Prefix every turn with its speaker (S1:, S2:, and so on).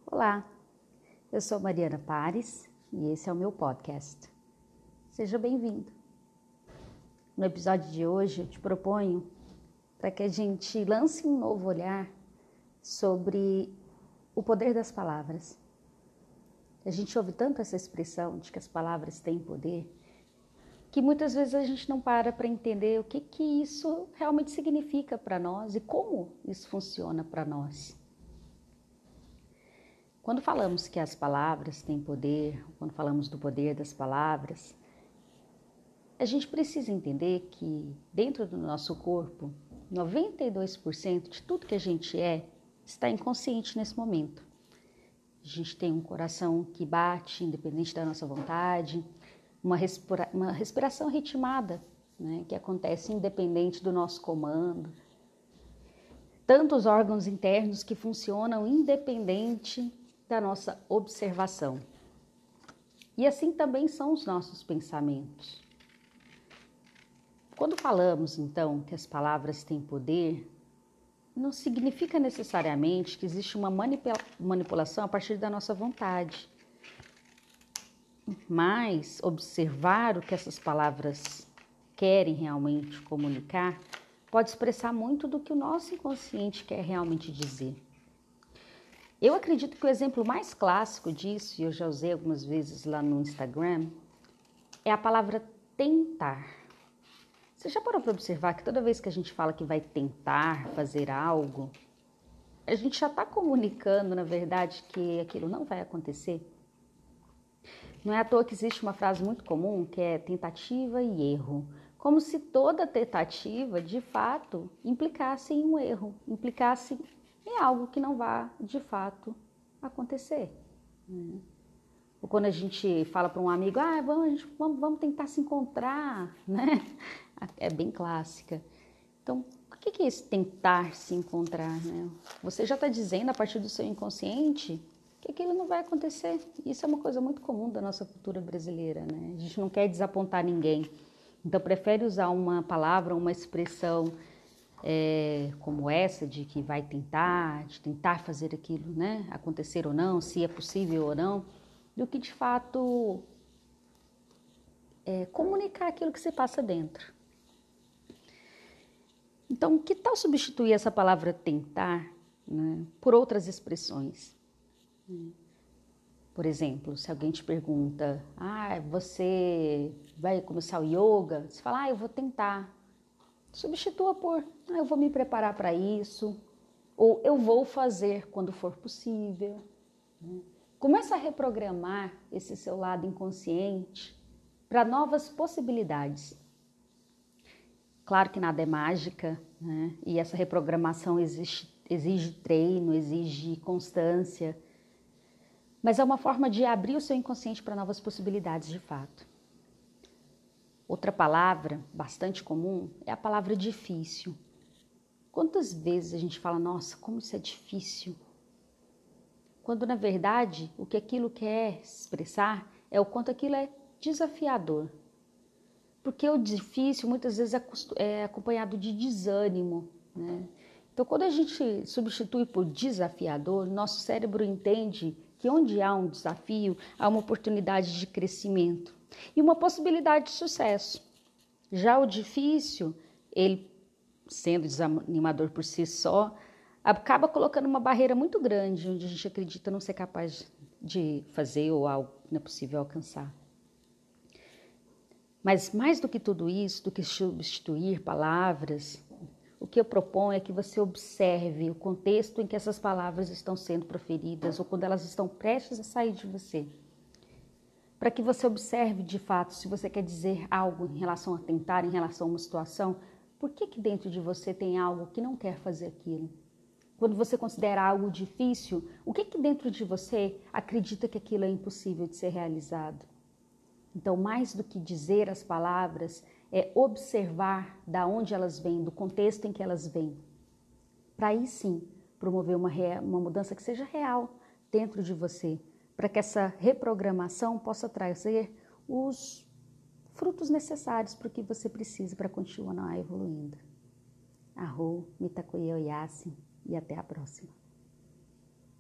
S1: Olá, eu sou Mariana Pares e esse é o meu podcast. Seja bem-vindo. No episódio de hoje eu te proponho para que a gente lance um novo olhar sobre o poder das palavras. A gente ouve tanto essa expressão de que as palavras têm poder, que muitas vezes a gente não para entender o que isso realmente significa para nós e como isso funciona para nós. Quando falamos que as palavras têm poder, quando falamos do poder das palavras, a gente precisa entender que dentro do nosso corpo, 92% de tudo que a gente está inconsciente nesse momento. A gente tem um coração que bate, independente da nossa vontade, uma respiração ritmada, né, que acontece independente do nosso comando. Tantos órgãos internos que funcionam independente da nossa observação. E assim também são os nossos pensamentos. Quando falamos, então, que as palavras têm poder, não significa necessariamente que existe uma manipulação a partir da nossa vontade. Mas observar o que essas palavras querem realmente comunicar pode expressar muito do que o nosso inconsciente quer realmente dizer. Eu acredito que o exemplo mais clássico disso, e eu já usei algumas vezes lá no Instagram, é a palavra tentar. Você já parou para observar que toda vez que a gente fala que vai tentar fazer algo, a gente já está comunicando, na verdade, que aquilo não vai acontecer? Não é à toa que existe uma frase muito comum que é tentativa e erro. Como se toda tentativa, de fato, implicasse em um erro, implicasse em algo que não vai, de fato, acontecer. Ou quando a gente fala para um amigo, vamos tentar se encontrar, né? É bem clássica. Então, o que é esse tentar se encontrar, né? Você já está dizendo a partir do seu inconsciente que aquilo não vai acontecer. Isso é uma coisa muito comum da nossa cultura brasileira, né? A gente não quer desapontar ninguém. Então, prefere usar uma palavra, uma expressão como essa, de que vai tentar, de tentar fazer aquilo, né, acontecer ou não, se é possível ou não, do que de fato comunicar aquilo que se passa dentro. Então, que tal substituir essa palavra tentar, né, por outras expressões? Por exemplo, se alguém te pergunta, você vai começar o yoga? Você fala, eu vou tentar. Substitua por, eu vou me preparar para isso, ou eu vou fazer quando for possível. Começa a reprogramar esse seu lado inconsciente para novas possibilidades. Claro que nada é mágica, né? E essa reprogramação exige treino, exige constância, mas é uma forma de abrir o seu inconsciente para novas possibilidades de fato. Outra palavra bastante comum é a palavra difícil. Quantas vezes a gente fala, nossa, como isso é difícil? Quando, na verdade, o que aquilo quer expressar é o quanto aquilo é desafiador. Porque o difícil muitas vezes é acompanhado de desânimo, né? Então, quando a gente substitui por desafiador, nosso cérebro entende que onde há um desafio, há uma oportunidade de crescimento e uma possibilidade de sucesso. Já o difícil, ele sendo desanimador por si só, acaba colocando uma barreira muito grande, onde a gente acredita não ser capaz de fazer ou algo que não é possível alcançar. Mas mais do que tudo isso, do que substituir palavras, o que eu proponho é que você observe o contexto em que essas palavras estão sendo proferidas ou quando elas estão prestes a sair de você. Para que você observe de fato se você quer dizer algo em relação a tentar, em relação a uma situação, por que dentro de você tem algo que não quer fazer aquilo? Quando você considera algo difícil, o que dentro de você acredita que aquilo é impossível de ser realizado? Então, mais do que dizer as palavras, é observar da onde elas vêm, do contexto em que elas vêm. Para aí sim, promover uma mudança que seja real dentro de você, para que essa reprogramação possa trazer os frutos necessários para o que você precisa para continuar evoluindo. Arro, Mitakuye Oyasin, e até a próxima.